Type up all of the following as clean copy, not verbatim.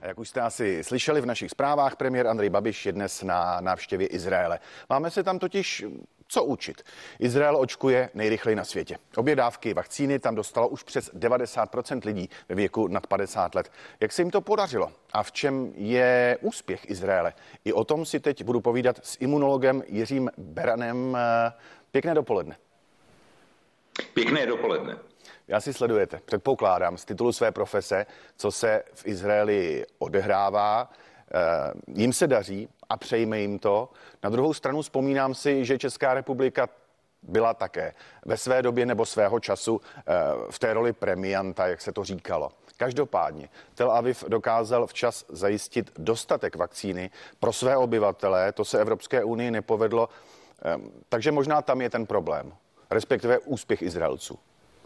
Jak už jste asi slyšeli v našich zprávách, premiér Andrej Babiš je dnes na návštěvě Izraele. Máme se tam totiž co učit. Izrael očkuje nejrychleji na světě. Obě dávky vakcíny tam dostalo už přes 90% lidí ve věku nad 50 let. Jak se jim to podařilo a v čem je úspěch Izraele? I o tom si teď budu povídat s imunologem Jiřím Beranem. Pěkné dopoledne. Pěkné dopoledne. Já si sledujete, předpokládám, z titulu své profese, co se v Izraeli odehrává. Jim se daří a přejme jim to. Na druhou stranu vzpomínám si, že Česká republika byla také ve své době nebo svého času v té roli premianta, jak se to říkalo. Každopádně Tel Aviv dokázal včas zajistit dostatek vakcíny pro své obyvatele, to se Evropské unii nepovedlo, takže možná tam je ten problém, respektive úspěch Izraelců.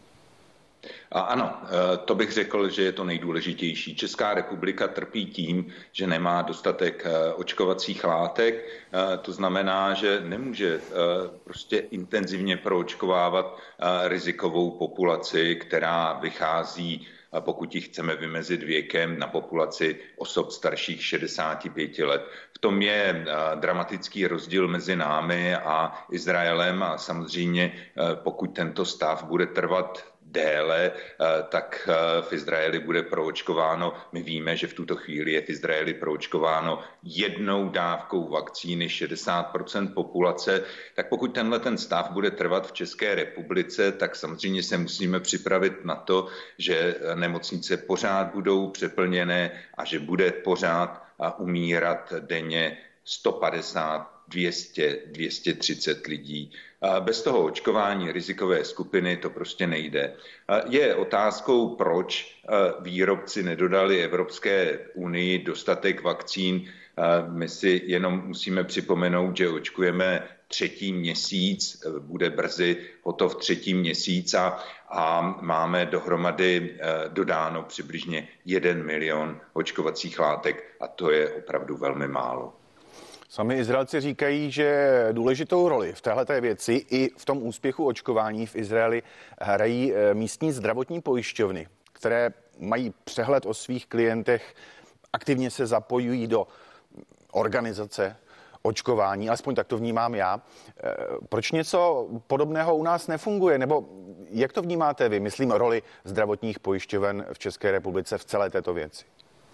Ano, to bych řekl, že je to nejdůležitější. Česká republika trpí tím, že nemá dostatek očkovacích látek. To znamená, že nemůže prostě intenzivně proočkovávat rizikovou populaci, která vychází, pokud ji chceme vymezit věkem, na populaci osob starších 65 let. V tom je dramatický rozdíl mezi námi a Izraelem a samozřejmě pokud tento stav bude trvat déle, tak v Izraeli bude proočkováno. My víme, že v tuto chvíli je v Izraeli proočkováno jednou dávkou vakcíny 60% populace. Tak pokud ten stav bude trvat v České republice, tak samozřejmě se musíme připravit na to, že nemocnice pořád budou přeplněné a že bude pořád umírat denně 150, 200, 230 lidí. Bez toho očkování rizikové skupiny to prostě nejde. Je otázkou, proč výrobci nedodali Evropské unii dostatek vakcín. My si jenom musíme připomenout, že očkujeme 3. měsíc, bude brzy hotov 3. měsíc a máme dohromady dodáno přibližně 1 milion očkovacích látek a to je opravdu velmi málo. Sami Izraelci říkají, že důležitou roli v téhleté věci i v tom úspěchu očkování v Izraeli hrají místní zdravotní pojišťovny, které mají přehled o svých klientech, aktivně se zapojují do organizace očkování, alespoň tak to vnímám já. Proč něco podobného u nás nefunguje? Nebo jak to vnímáte vy? Myslím roli zdravotních pojišťoven v České republice v celé této věci.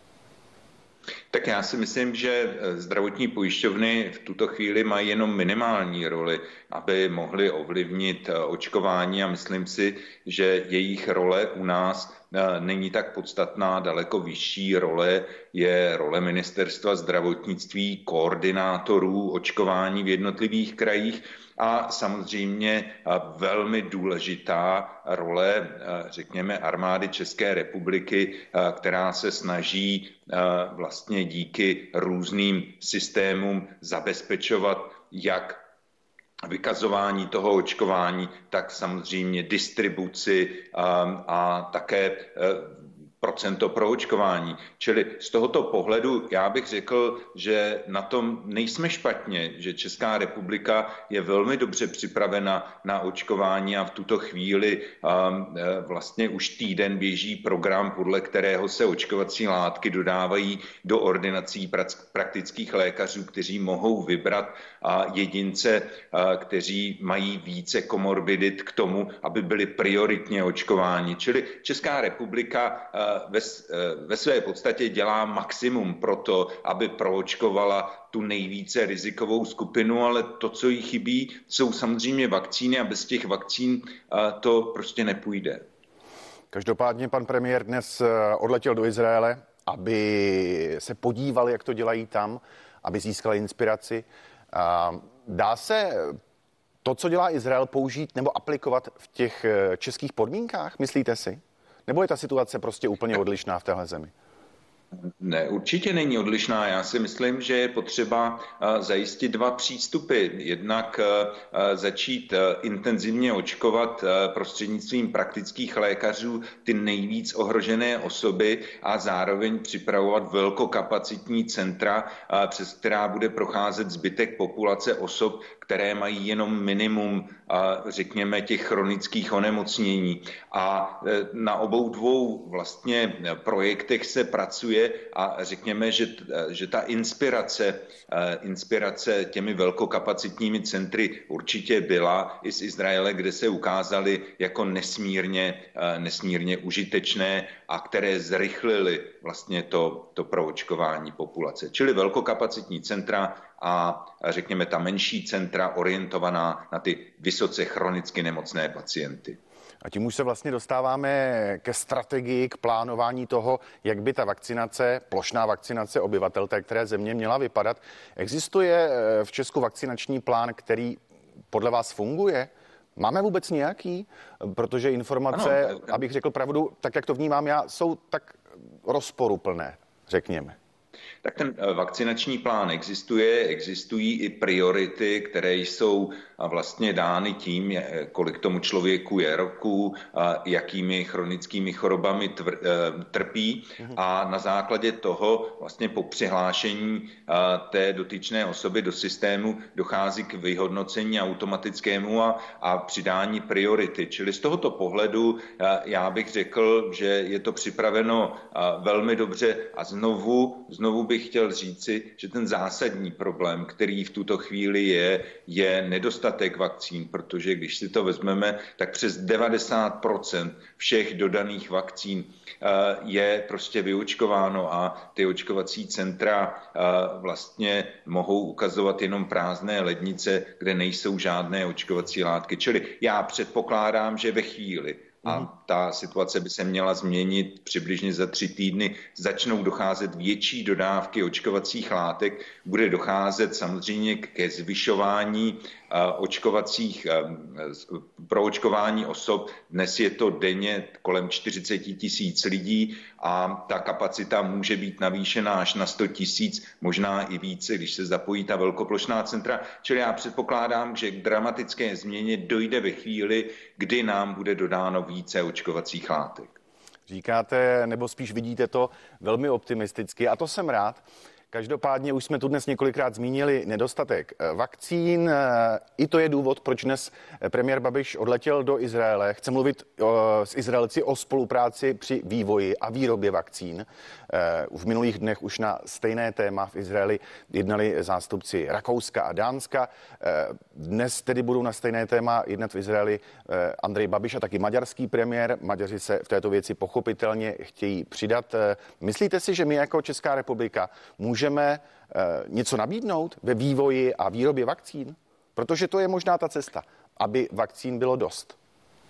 Tak já si myslím, že zdravotní pojišťovny v tuto chvíli mají jenom minimální roli, aby mohly ovlivnit očkování a myslím si, že jejich role u nás není tak podstatná, daleko vyšší role je role ministerstva zdravotnictví, koordinátorů očkování v jednotlivých krajích a samozřejmě velmi důležitá role, řekněme, armády České republiky, která se snaží vlastně díky různým systémům zabezpečovat jak vykazování toho očkování, tak samozřejmě distribuci a také procento proočkování. Čili z tohoto pohledu já bych řekl, že na tom nejsme špatně, že Česká republika je velmi dobře připravena na očkování a v tuto chvíli vlastně už týden běží program, podle kterého se očkovací látky dodávají do ordinací praktických lékařů, kteří mohou vybrat jedince, kteří mají více komorbidit k tomu, aby byli prioritně očkováni. Čili Česká republika ve své podstatě dělá maximum pro to, aby proočkovala tu nejvíce rizikovou skupinu, ale to, co jí chybí, jsou samozřejmě vakcíny a bez těch vakcín to prostě nepůjde. Každopádně pan premiér dnes odletěl do Izraele, aby se podíval, jak to dělají tam, aby získal inspiraci. Dá se to, co dělá Izrael, použít nebo aplikovat v těch českých podmínkách, myslíte si? Nebo je ta situace prostě úplně odlišná v téhle zemi? Ne, určitě není odlišná. Já si myslím, že je potřeba zajistit dva přístupy. Jednak začít intenzivně očkovat prostřednictvím praktických lékařů ty nejvíc ohrožené osoby a zároveň připravovat velkokapacitní centra, přes která bude procházet zbytek populace osob, které mají jenom minimum, řekněme, těch chronických onemocnění. A na obou dvou vlastně projektech se pracuje zdroje a řekněme, že ta inspirace těmi velkokapacitními centry určitě byla i z Izraele, kde se ukázaly jako nesmírně užitečné a které zrychlily vlastně to proočkování populace. Čili velkokapacitní centra a řekněme ta menší centra orientovaná na ty vysoce chronicky nemocné pacienty. A tím už se vlastně dostáváme ke strategii, k plánování toho, jak by ta vakcinace, plošná vakcinace obyvatel té které země měla vypadat. Existuje v Česku vakcinační plán, který podle vás funguje? Máme vůbec nějaký? Protože informace, ano, abych řekl pravdu, tak jak to vnímám já, jsou tak rozporuplné, řekněme. Tak ten vakcinační plán existují i priority, které jsou vlastně dány tím, kolik tomu člověku je roku, jakými chronickými chorobami trpí a na základě toho vlastně po přihlášení té dotyčné osoby do systému dochází k vyhodnocení automatickému a přidání priority. Čili z tohoto pohledu já bych řekl, že je to připraveno velmi dobře a znovu bych chtěl říci, že ten zásadní problém, který v tuto chvíli je nedostatek vakcín, protože když si to vezmeme, tak přes 90% všech dodaných vakcín je prostě vyočkováno a ty očkovací centra vlastně mohou ukazovat jenom prázdné lednice, kde nejsou žádné očkovací látky. Čili já předpokládám, že ve chvíli, a ta situace by se měla změnit přibližně za 3 týdny, začnou docházet větší dodávky očkovacích látek, bude docházet samozřejmě ke zvyšování pro očkování osob. Dnes je to denně kolem 40 000 lidí a ta kapacita může být navýšená až na 100 000, možná i více, když se zapojí ta velkoplošná centra. Čili já předpokládám, že k dramatické změně dojde ve chvíli, kdy nám bude dodáno více očkovacích látek. Říkáte, nebo spíš vidíte to velmi optimisticky a to jsem rád. Každopádně už jsme tu dnes několikrát zmínili nedostatek vakcín. I to je důvod, proč dnes premiér Babiš odletěl do Izraele. Chce mluvit s Izraelci o spolupráci při vývoji a výrobě vakcín. V minulých dnech už na stejné téma v Izraeli jednali zástupci Rakouska a Dánska. Dnes tedy budou na stejné téma jednat v Izraeli Andrej Babiš a taky maďarský premiér. Maďaři se v této věci pochopitelně chtějí přidat. Myslíte si, že my jako Česká republika můžeme něco nabídnout ve vývoji a výrobě vakcín? Protože to je možná ta cesta, aby vakcín bylo dost.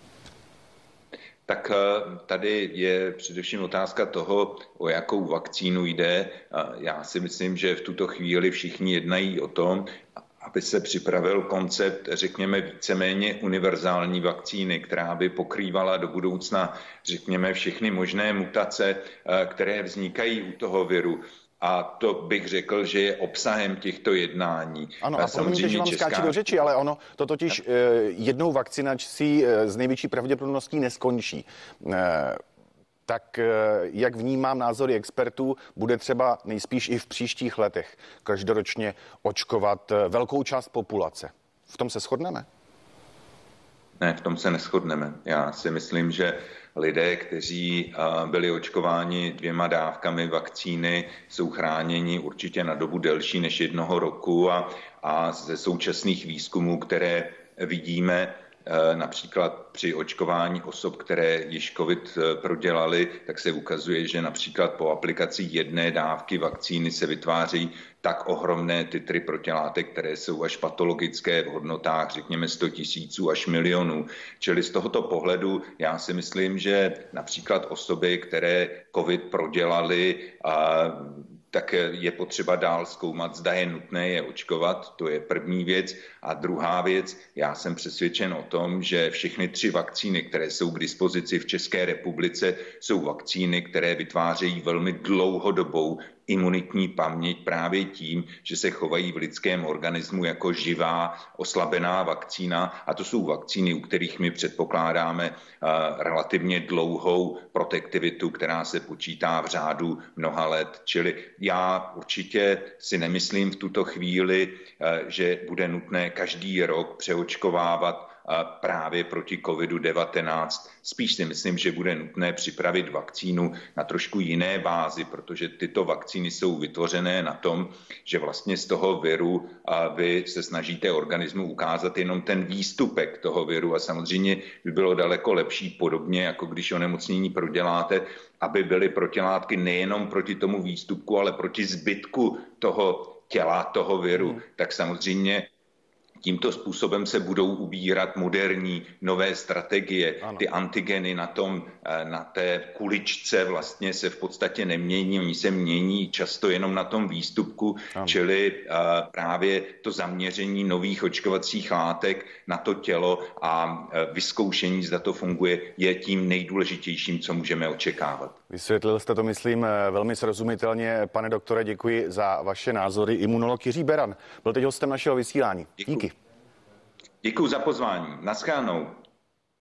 Tak tady je především otázka toho, o jakou vakcínu jde. Já si myslím, že v tuto chvíli všichni jednají o tom, aby se připravil koncept, řekněme, víceméně univerzální vakcíny, která by pokrývala do budoucna, řekněme, všechny možné mutace, které vznikají u toho viru. A to bych řekl, že je obsahem těchto jednání. Ano, a promiňte, že vám skáču do řeči, ale ono to totiž jednou vakcinací z největší pravděpodobností neskončí. Tak jak vnímám názory expertů, bude třeba nejspíš i v příštích letech každoročně očkovat velkou část populace. V tom se shodneme? Ne, v tom se neshodneme. Já si myslím, že lidé, kteří byli očkováni 2 dávkami vakcíny, jsou chráněni určitě na dobu delší než 1 roku a ze současných výzkumů, které vidíme, například při očkování osob, které již COVID prodělali, tak se ukazuje, že například po aplikaci 1 dávky vakcíny se vytváří tak ohromné titry protilátek, které jsou až patologické v hodnotách, řekněme 100 000 až milionů. Čili z tohoto pohledu já si myslím, že například osoby, které COVID prodělali, tak je potřeba dál zkoumat, zda je nutné je očkovat, to je první věc. A druhá věc, já jsem přesvědčen o tom, že všechny 3 vakcíny, které jsou k dispozici v České republice, jsou vakcíny, které vytvářejí velmi dlouhodobou imunitní paměť právě tím, že se chovají v lidském organismu jako živá, oslabená vakcína. A to jsou vakcíny, u kterých my předpokládáme relativně dlouhou protektivitu, která se počítá v řádu mnoha let. Čili já určitě si nemyslím v tuto chvíli, že bude nutné každý rok přeočkovávat právě proti COVID-19. Spíš si myslím, že bude nutné připravit vakcínu na trošku jiné bázi, protože tyto vakcíny jsou vytvořené na tom, že vlastně z toho viru vy se snažíte organismu ukázat jenom ten výstupek toho viru a samozřejmě by bylo daleko lepší, podobně jako když onemocnění proděláte, aby byly protilátky nejenom proti tomu výstupku, ale proti zbytku toho těla, toho viru. Tak samozřejmě tímto způsobem se budou ubírat moderní nové strategie. Ano. Ty antigeny na té kuličce vlastně se v podstatě nemění, oni se mění často jenom na tom výstupku, ano. Čili právě to zaměření nových očkovacích látek na to tělo a vyzkoušení, zda to funguje, je tím nejdůležitějším, co můžeme očekávat. Vysvětlil jste to, myslím, velmi srozumitelně. Pane doktore, děkuji za vaše názory. Imunolog Jiří Beran byl teď hostem našeho vysílání. Díky. Děkuji za pozvání. Naschledanou.